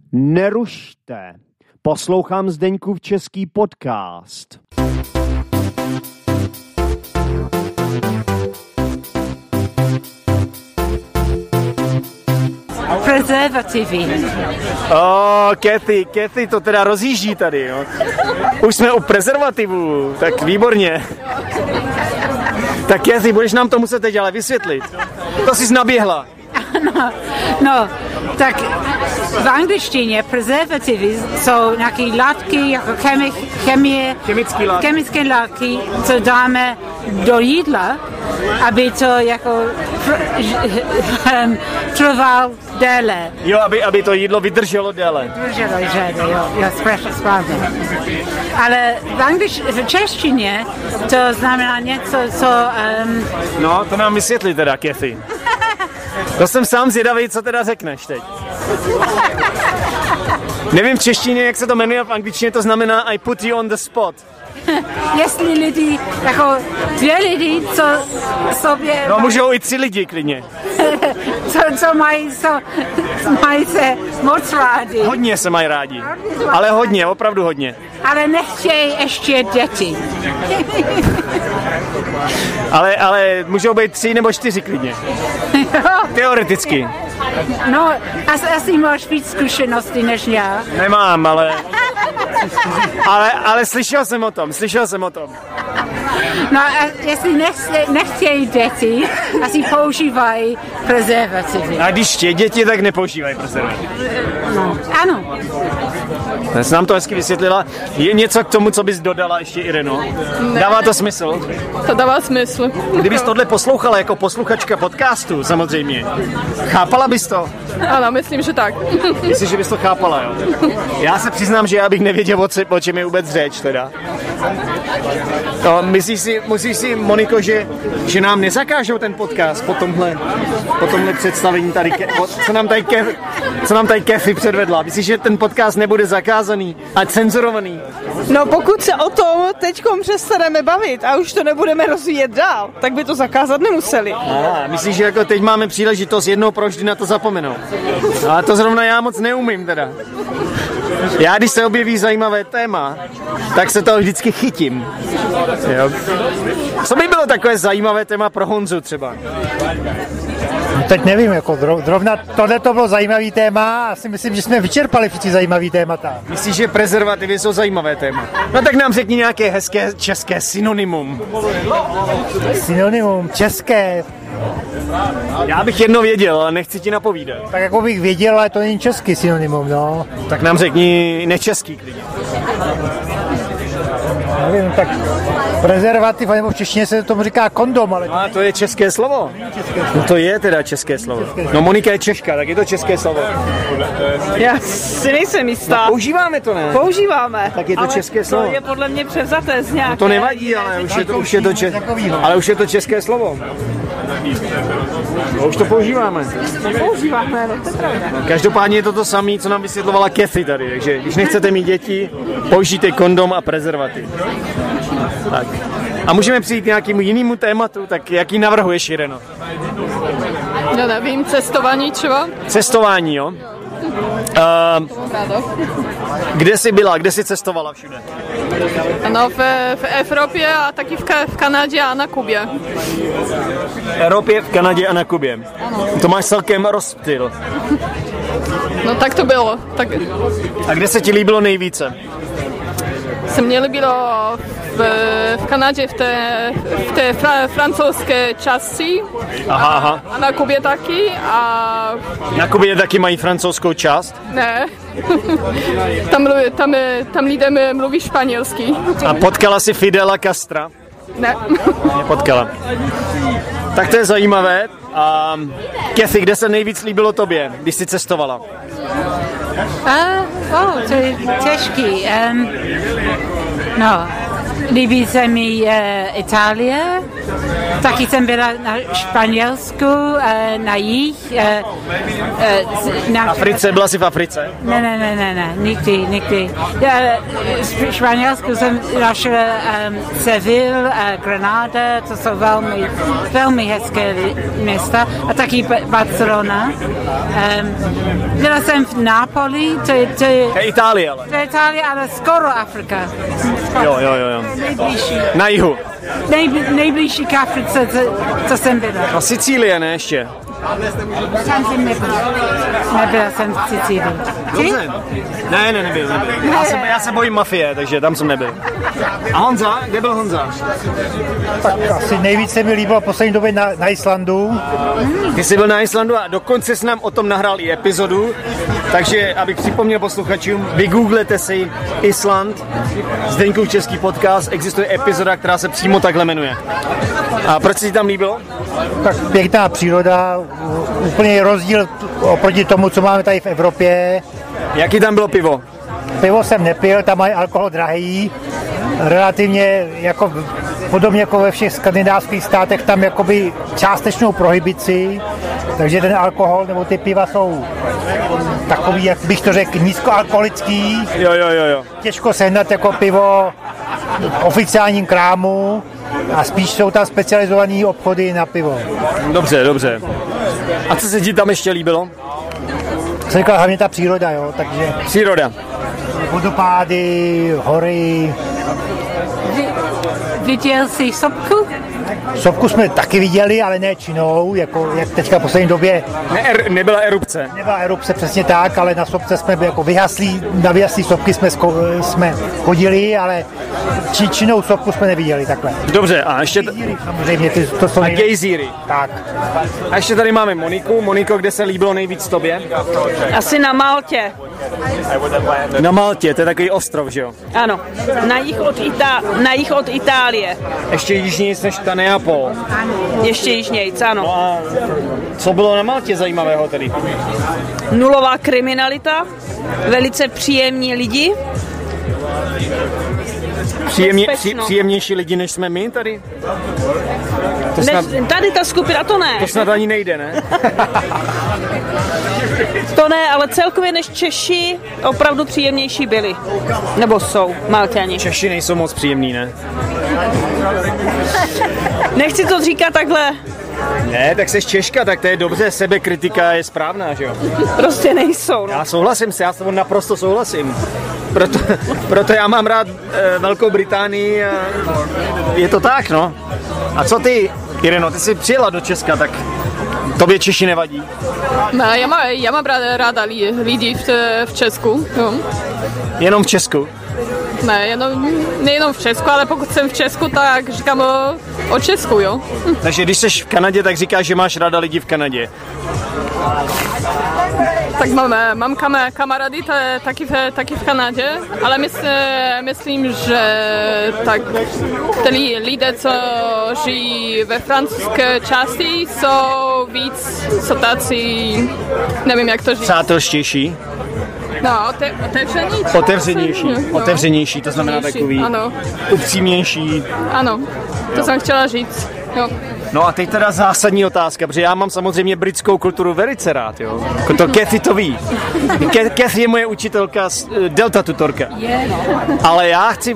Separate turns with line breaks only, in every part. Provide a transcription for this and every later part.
Nerušte. Poslouchám Zdeňkův český podcast.
Prezervativy.
Kathy, to teda rozjíždí tady, jo. Už jsme u prezervativů, tak výborně. Tak Kathy, budeš nám to muset teď ale vysvětlit. To jsi naběhla.
No, tak v angličtině prezervativy jsou nějaké látky, jako chemické látky, co dáme do jídla, aby to jako trval déle.
Jo, aby to jídlo vydrželo déle.
Jo, správně. Ale v češtině to znamená něco, co...
No, to nám vysvětli teda, Kathy. To jsem sám zvědavý, co teda řekneš teď. Nevím v češtině, jak se to jmenuje, v angličtině to znamená I put you on the spot.
Jestli lidi, jako 2 lidi, co sobě...
No můžou i 3 lidi klidně.
co mají se moc rádi.
Hodně se mají rádi, ale hodně, opravdu hodně.
Ale nechtějí ještě děti.
ale můžou být 3 nebo 4 klidně. Teoreticky.
No, asi máš víc zkušeností než já.
Nemám, ale slyšel jsem o tom.
No a jestli nechtějí děti, asi používají prezervativy.
A když chtějí děti, tak nepoužívají prezervativy.
No, ano.
Já jsem nám to hezky vysvětlila. Je něco k tomu, co bys dodala ještě, Ireno? Ne. Dává to smysl?
To dává smysl.
Kdybys tohle poslouchala jako posluchačka podcastu, samozřejmě, chápala bys to?
Ano, myslím, že tak.
Myslíš, že bys to chápala, jo? Já se přiznám, že já bych nevěděl, o čem je vůbec řeč, teda. No, myslíš si, Moniko, že nám nezakážou ten podcast po tomhle představení tady, co nám tady Kathy předvedla? Myslíš, že ten podcast nebude zakázaný a cenzurovaný?
No pokud se o tom teďkom přestaneme bavit a už to nebudeme rozvíjet dál, tak by to zakázat nemuseli.
Myslíš, že jako teď máme příležitost jednou provždy na to zapomenout? Ale to zrovna já moc neumím teda. Já, když se objeví zajímavé téma, tak se toho vždycky chytím. Jo. Co by bylo takové zajímavé téma pro Honzu třeba?
No, teď nevím, jako zrovna tohle to bylo zajímavý téma a si myslím, že jsme vyčerpali všichni zajímavý témata.
Myslíš, že prezervativy jsou zajímavé téma? No tak nám řekni nějaké hezké české synonymum.
Synonymum české.
Já bych jedno věděl, ale nechci ti napovídat.
Tak jako bych věděl, ale to není český synonymum, no.
Tak nám řekni nečeský klidně.
Nevím, tak prezervativ, nebo v češtině se tomu říká kondom, ale...
A to je české slovo. No to je teda české slovo. No Monika je Češka, tak je to české slovo.
Já si nejsem jistá.
No, používáme to, ne?
Používáme.
Tak je to české slovo.
To je podle mě převzaté z nějaké...
No to nevadí, ale už je to české slovo. No, už to používáme.
Používáme, no to je pravda.
Každopádně je to samé, co nám vysvětlovala Kathy tady, takže když nechcete mít děti, použijte kondom a prezervativ. Tak. A můžeme přijít k nějakému jinému tématu, tak jaký navrhuješ, Ireno?
No nevím, cestování třeba?
Cestování, jo? Kde jsi byla, kde jsi cestovala všude?
No v Evropě a taky v Kanadě a na Kubě.
V Evropě, v Kanadě a na Kubě.
Ano.
To máš celkem rozptyl.
No tak to bylo. Tak...
A kde se ti líbilo nejvíce?
Se mně líbilo v Kanadě v té francouzské části.
Aha.
A na Kubě taky. A...
Na Kubě taky mají francouzskou část?
Ne. tam lidé mluví španělsky.
A potkala jsi Fidela Castra?
Ne.
Nepotkala. Tak to je zajímavé. Kathy, kde se nejvíc líbilo tobě, když jsi cestovala?
To je těžký. No, líbí se mi Itálie. Taky jsem byla na Španělsku, na jih.
Na Africe, byla jsi v Africe?
Ne, nikdy. V Španělsku jsem našla Seville, Granada, to jsou velmi hezké města, a taky Barcelona. Byla jsem v Nápoli, to je
Itálie, ale.
To je Itálie, ale skoro Afrika.
Jo.
Nejbližší.
Na jihu.
Nejbližší k Africe, co jsem byla.
A Sicílie, ne ještě?
Tam jsem nebyla. Nebyla jsem v Sicílii.
Dobře. Ne, nebyl. Já se bojím mafie, takže tam jsem nebyl. A Honza? Kde byl Honza?
Tak asi nejvíce mi líbilo v poslední době na Islandu.
Ty jsi byl na Islandu a dokonce s nám o tom nahrál i epizodu, takže abych připomněl posluchačům, vygooglete si Island, Zdeňkův český podcast, existuje epizoda, která se přímo takhle jmenuje. A proč se ti tam líbilo?
Tak pěkná příroda, úplně rozdíl oproti tomu, co máme tady v Evropě.
Jaký tam bylo pivo?
Pivo jsem nepil, tam mají alkohol drahý, relativně jako podobně jako ve všech skandinávských státech, tam jakoby částečnou prohibici, takže ten alkohol nebo ty piva jsou takový, jak bych to řekl, nízkoalkoholický.
Jo.
Těžko sehnat jako pivo v oficiálním krámu a spíš jsou tam specializované obchody na pivo.
Dobře. A co se ti tam ještě líbilo?
Jsem říkal, hlavně ta příroda, jo, takže...
Příroda.
Vodopády, hory...
Viděl jsi sopku?
Sopku jsme taky viděli, ale ne činou, jako jak teďka v poslední době.
Nebyla erupce.
Nebyla erupce, přesně tak, ale na sopce jsme jako na vyhaslý sopky jsme chodili, ale činnou sopku jsme neviděli takhle.
Dobře, a ještě...
Samozřejmě, to jsou...
A gejzíry.
Tak.
A ještě tady máme Moniku. Moniko, kde se líbilo nejvíc tobě?
Asi na Maltě.
Na Maltě, to je takový ostrov, že jo?
Ano, na jih od Itálie.
Ještě jižnějc než ta Neapol.
Ještě jižnějc, ano.
No a co bylo na Maltě zajímavého tedy?
Nulová kriminalita, velice příjemní lidi.
Příjemnější lidi, než jsme my tady?
Tady ta skupina, to ne.
To snad ani nejde, ne?
To ne, ale celkově než Češi opravdu příjemnější byli. Nebo jsou Malťani.
Češi nejsou moc příjemní, ne?
Nechci to říkat takhle.
Ne, tak seš Češka, tak to je dobře, sebekritika je správná, že jo?
Prostě nejsou. No.
Já souhlasím já s tebou naprosto souhlasím. Proto já mám rád Velkou Británii a je to tak, no. A co ty, Ireno, ty jsi přijela do Česka, tak tobě Češi nevadí?
No, já mám ráda lidi v Česku. Jo.
Jenom v Česku?
Ne, nejenom v Česku, ale pokud jsem v Česku, tak říkám o Česku, jo.
Takže když jsi v Kanadě, tak říkáš, že máš ráda lidi v Kanadě.
Tak mám kamarády taky v Kanadě, ale myslím, že tak ty lidé, co žijí ve francouzské části, jsou tací, nevím, jak to říct.
Přátelštější?
No,
Otevřenější, to znamená takový
ano.
upřímnější.
Ano, to jsem chtěla říct, jo.
No a teď teda zásadní otázka, protože já mám samozřejmě britskou kulturu velice rád, jo. To Kathy to ví. Kathy je moje učitelka, Delta tutorka. Ale já chci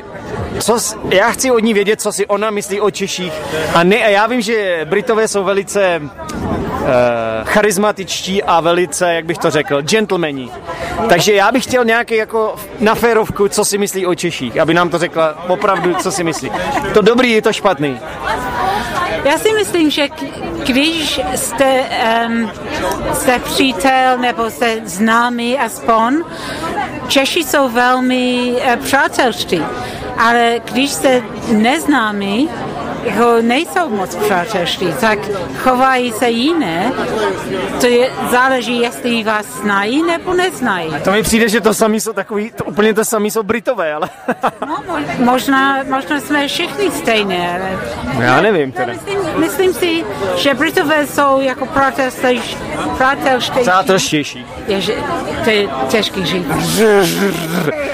od ní vědět, co si ona myslí o Češích. A já vím, že Britové jsou velice charismatičtí a velice, jak bych to řekl, gentlemani. Takže já bych chtěl nějaký jako na férovku, co si myslí o Češích, aby nám to řekla opravdu, co si myslí. To dobrý, je to špatný.
Já si myslím, že když jste přítel nebo jste známý aspoň, Češi jsou velmi přátelští, ale když jste neznámý, nejsou moc přátelští, tak chovají se jiné. Záleží, jestli vás znají nebo neznají.
To mi přijde, že to samý jsou takový, úplně to samý jsou Britové, ale...
No, možná jsme všichni stejné, ale...
Já nevím teda.
Myslím si, že Britové jsou jako přátelštější. To je těžký říct.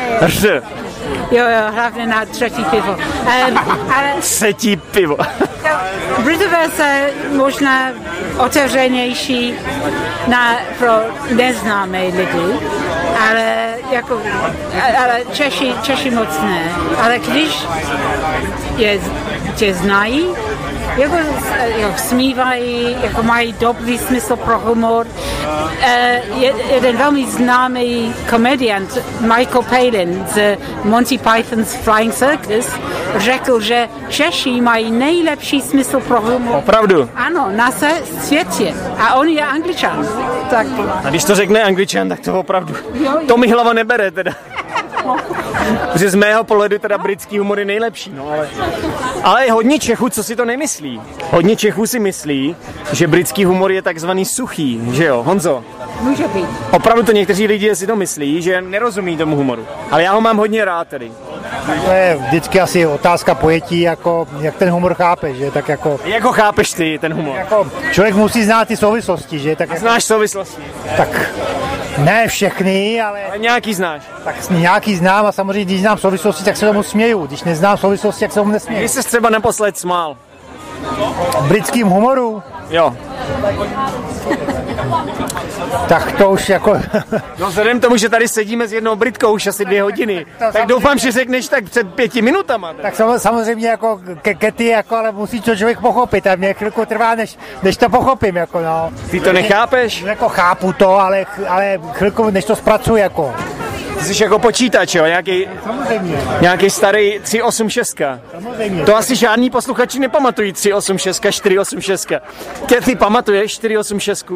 Jo, hlavně na třetí pivo.
Třetí pivo.
Britové se možná otevřenější pro neznámé lidi, ale Češi moc ne. Ale když tě znají, jako smívají, jako mají dobrý smysl pro humor. Jeden velmi známý komediant, Michael Palin z Monty Python's Flying Circus, řekl, že Češi mají nejlepší smysl pro humor.
Opravdu?
Ano, na světě. A on je Angličan. Tak.
A když to řekne Angličan, tak to opravdu. To mi hlava nebere teda. Protože z mého pohledu teda britský humor je nejlepší, no ale je hodně Čechů, co si to nemyslí. Hodně Čechů si myslí, že britský humor je takzvaný suchý, že jo, Honzo?
Může být.
Opravdu to někteří lidi si to myslí, že nerozumí tomu humoru. Ale já ho mám hodně rád tedy.
To je vždycky asi otázka pojetí, jako jak ten humor chápeš, že tak jako...
Jak ho chápeš ty, ten humor?
Jako člověk musí znát ty souvislosti, že tak...
Znáš souvislosti?
Tak ne všechny, ale
nějaký znáš.
Tak nějaký znám a samozřejmě, když znám souvislosti, tak se tomu směju. Když neznám souvislosti, tak se tomu nesměju.
Když jsi třeba naposled smál?
Britským humoru?
Jo.
Tak to už jako...
No vzhledem tomu, že tady sedíme s jednou Britkou už asi 2 hodiny, tak doufám, že řekneš tak před 5 minutama.
Tak samozřejmě jako kety, jako, ale musí to člověk pochopit a mě chvilku trvá, než to pochopím, jako no.
Ty to nechápeš?
Jako chápu to, ale chvilku, než to zpracuji, jako.
Ty jsi jako počítač, jo? Nějaký starý 386.
Samozřejmě.
To asi žádný posluchači nepamatují 386, 486. Ty pamatuješ 486?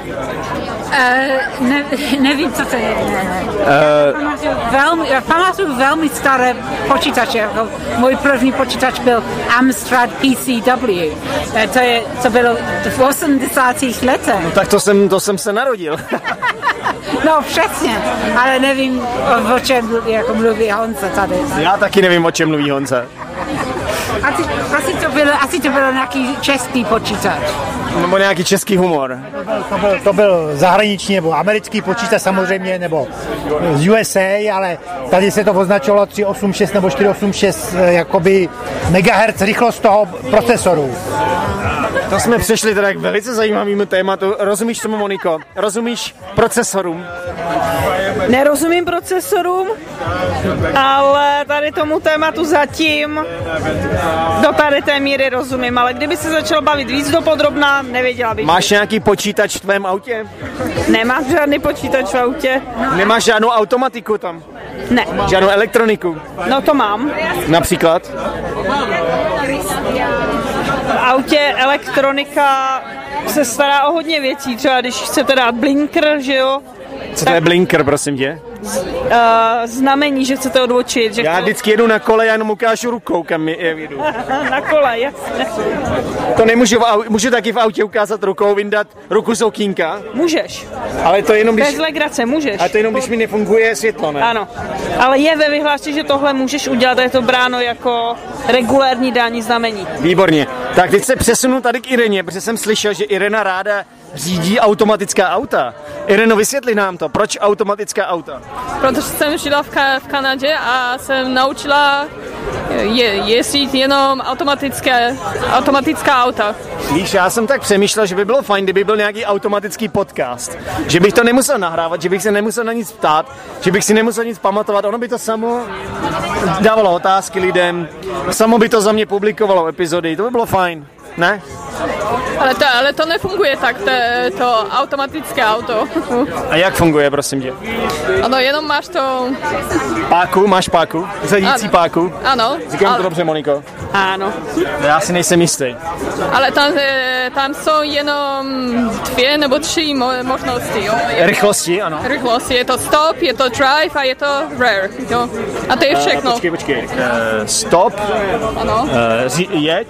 Nevím, co to je. Pamatuju velmi staré počítače. Jako můj první počítač byl Amstrad PCW. To bylo v 80. letech.
No tak to jsem se narodil.
No přesně, ale nevím, o čem jako mluví Honza tady.
Já taky nevím, o čem mluví Honza.
Asi to bylo nějaký český počítač.
Nebo nějaký český humor.
To byl zahraniční nebo americký počítač samozřejmě, nebo z USA, ale tady se to označovalo 386 nebo 486 jakoby megahertz rychlost toho procesoru.
To jsme přešli teda k velice zajímavému tématu. Rozumíš tomu, Moniko? Rozumíš procesorům?
Nerozumím procesorům, ale tady tomu tématu zatím do tady té míry rozumím, ale kdyby se začal bavit víc dopodrobna, nevěděla bych.
Máš nějaký počítač v tvém autě?
Nemám žádný počítač v autě.
Nemáš žádnou automatiku tam?
Ne.
Žádnou elektroniku?
No to mám.
Například?
V autě elektronika se stará o hodně věcí, třeba když chcete dát blinker, že jo?
Co to je blinker, prosím tě?
Znamení, že chcete odbočit. Že
já vždycky jedu na kole, já jenom ukážu rukou, kam jedu.
Na kole, jasně.
To nemůžu, můžu taky v autě ukázat rukou, vyndat ruku z okýnka?
Můžeš.
Ale to jenom,
bez legrace, můžeš.
Ale to jenom, když mi nefunguje světlo, ne?
Ano. Ale je ve vyhlášce, že tohle můžeš udělat a je to bráno jako regulérní dání znamení.
Výborně. Tak teď se přesunu tady k Ireně, protože jsem slyšel, že Irena ráda řídí automatická auta. Ireno, vysvětli nám to. Proč automatická auta?
Protože jsem žila v Kanadě a jsem naučila jezdit jenom automatická auta.
Víš, já jsem tak přemýšlel, že by bylo fajn, kdyby byl nějaký automatický podcast. Že bych to nemusel nahrávat, že bych se nemusel na nic ptát, že bych si nemusel nic pamatovat. Ono by to samo dávalo otázky lidem, samo by to za mě publikovalo epizody. To by bylo fajn, ne?
Ale to nefunguje tak, to automatické auto.
A jak funguje, prosím tě?
Ano, jenom máš to...
Páku, máš páku? Řadící páku?
Ano.
Říkám to dobře, Moniko?
Ano.
Já si nejsem jistý.
Ale tam jsou jenom 2 nebo 3 možnosti, jo?
Rychlosti, ano.
Rychlosti, je to stop, je to drive a je to rear, jo? A to je všechno.
Počkej. Stop,
ano.
Jeď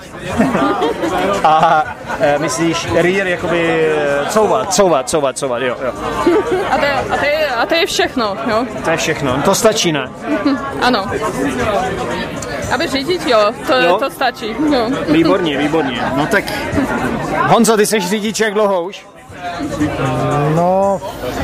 a myslíš rear jakoby couvat, jo.
A to je všechno, jo?
To je všechno, to stačí, ne?
Ano. Aby řídit, jo, to stačí. Jo.
Výborně. No tak, Honzo, ty jsi řidič jak dlouho už?
No,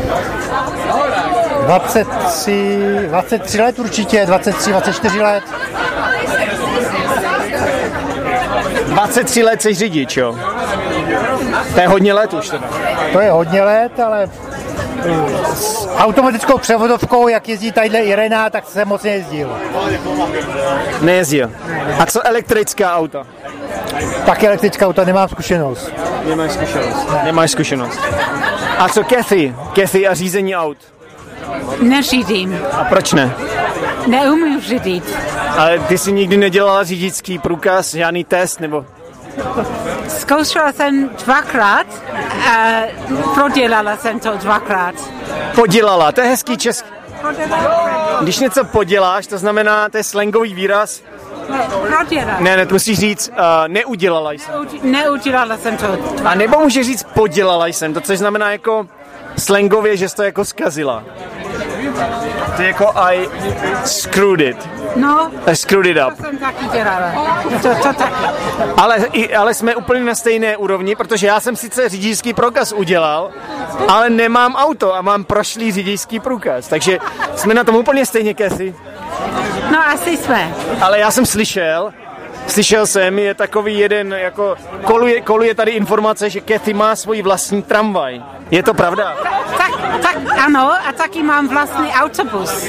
23 let určitě, 24 let.
23 let jsi řidič, jo? To je hodně let už teda.
To je hodně let, ale s automatickou převodovkou, jak jezdí tadyhle Irena, tak jsem moc nejezdil.
Nejezdil. A co elektrická auta?
Taky elektrická auta, nemám zkušenost.
Nemáš zkušenost. A co Kathy? Kathy a řízení aut?
Neřídím.
A proč ne?
Neumím řídit.
Ale ty jsi nikdy nedělala řidičský průkaz, žádný test, nebo?
Zkoušela jsem 2krát a prodělala jsem to 2krát.
Podělala, to je hezký český. Když něco poděláš, to znamená, to je slangový výraz.
Prodělala.
Ne, to musíš říct, neudělala jsem.
Neudělala jsem to 2krát.
A nebo můžeš říct, podělala jsem, to což znamená jako slangově, že jsi to jako zkazila. To je jako I screwed it.
No,
I screwed it up.
to jsem taky dělala. To taky.
Ale jsme úplně na stejné úrovni, protože já jsem sice řidičský průkaz udělal, ale nemám auto a mám prošlý řidičský průkaz. Takže jsme na tom úplně stejně, Kathy.
No, asi jsme.
Ale já jsem slyšel jsem, je takový jeden, jako koluje tady informace, že Kathy má svůj vlastní tramvaj. Je to pravda?
Tak ano, a taky mám vlastní autobus.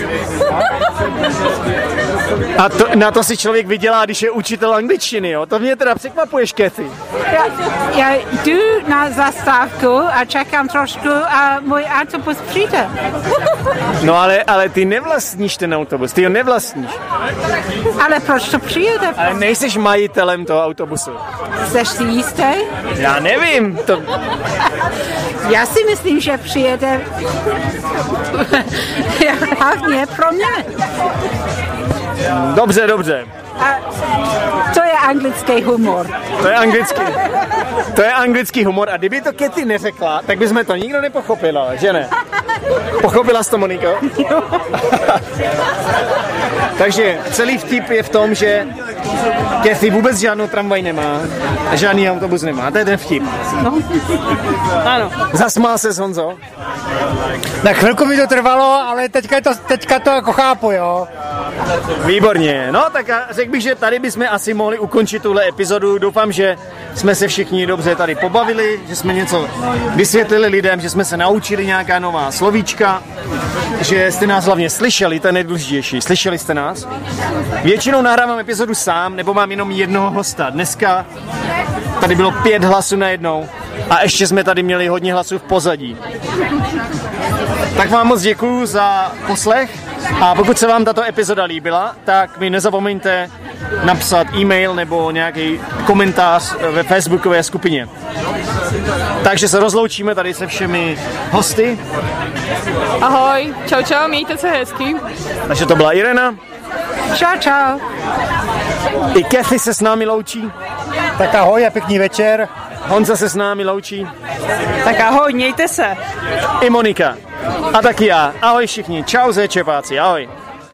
A na to si člověk vydělá, když je učitel angličtiny, jo? To mě teda překvapuješ, Kathy.
Já jdu na zastávku a čekám trošku a můj autobus přijde.
No ale ty nevlastníš ten autobus, ty ho nevlastníš.
Ale proč to přijede?
Ale nejseš majitelem toho autobusu.
Jsi si jistý?
Já nevím.
Já si myslím, že přijede hlavně pro mě.
Dobře.
A to je anglický humor.
To je anglický humor a kdyby to Kathy neřekla, tak bychom to nikdo nepochopila, že ne? Pochopila jsi to, Moniko? Takže celý vtip je v tom, že Kathy vůbec žádnou tramvaj nemá a žádný autobus nemá. To je ten vtip.
No. Ano.
Zasmál ses, Honzo?
Na chvilku mi to trvalo, ale teďka to jako chápu, jo.
Výborně. No tak řekl bych, že tady bychom asi mohli ukončit tuhle epizodu. Doufám, že jsme se všichni dobře tady pobavili, že jsme něco vysvětlili lidem, že jsme se naučili nějaká nová slovíčka, že jste nás hlavně slyšeli, to je nejdůležitější. Slyšeli jste nás? Většinou nahrávám epizodu sám, nebo mám jenom jednoho hosta. Dneska tady bylo 5 hlasů najednou a ještě jsme tady měli hodně hlasů v pozadí. Tak vám moc děkuju za poslech a pokud se vám tato epizoda líbila, tak mi nezapomeňte napsat e-mail nebo nějaký komentář ve facebookové skupině. Takže se rozloučíme tady se všemi hosty.
Ahoj, čau, mějte se hezky.
Takže to byla Irena.
Čau.
I Kathy se s námi loučí.
Tak ahoj a pěkný večer.
Honza se s námi loučí.
Tak ahoj, mějte se.
I Monika. A taky já. Ahoj všichni. Čau zéčepáci. Ahoj.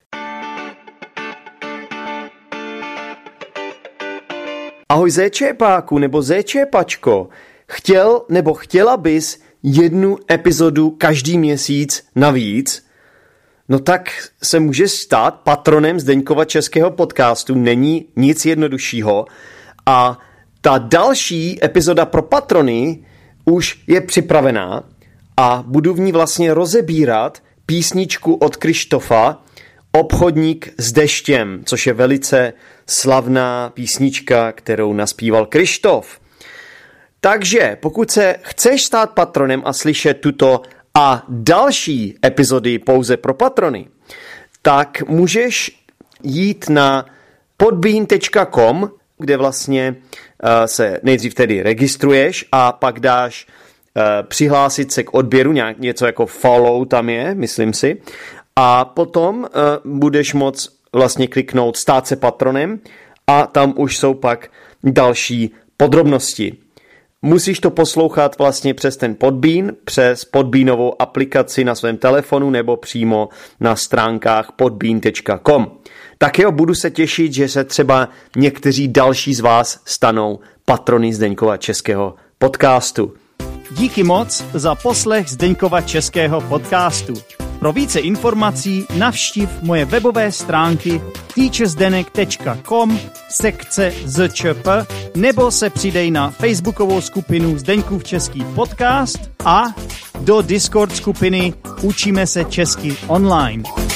Ahoj zéčepáku nebo zéčepačko. Chtěl nebo chtěla bys jednu epizodu každý měsíc navíc? No tak se můžeš stát patronem Zdeňkova českého podcastu. Není nic jednoduššího. A ta další epizoda pro patrony už je připravená a budu v ní vlastně rozebírat písničku od Krištofa Obchodník s deštěm, což je velice slavná písnička, kterou naspíval Krištof. Takže pokud se chceš stát patronem a slyšet tuto a další epizody pouze pro patrony, tak můžeš jít na podbean.com, kde vlastně se nejdřív tedy registruješ a pak dáš přihlásit se k odběru, něco jako follow tam je, myslím si, a potom budeš moct vlastně kliknout stát se patronem a tam už jsou pak další podrobnosti. Musíš to poslouchat vlastně přes ten Podbean, přes Podbeanovou aplikaci na svém telefonu nebo přímo na stránkách podbean.com. Tak jo, budu se těšit, že se třeba někteří další z vás stanou patrony Zdeňkova českého podcastu. Díky moc za poslech Zdeňkova českého podcastu.
Pro více informací navštiv moje webové stránky teachersdenek.com sekce ZČP nebo se přidej na facebookovou skupinu Zdeňkův český podcast a do Discord skupiny Učíme se česky online.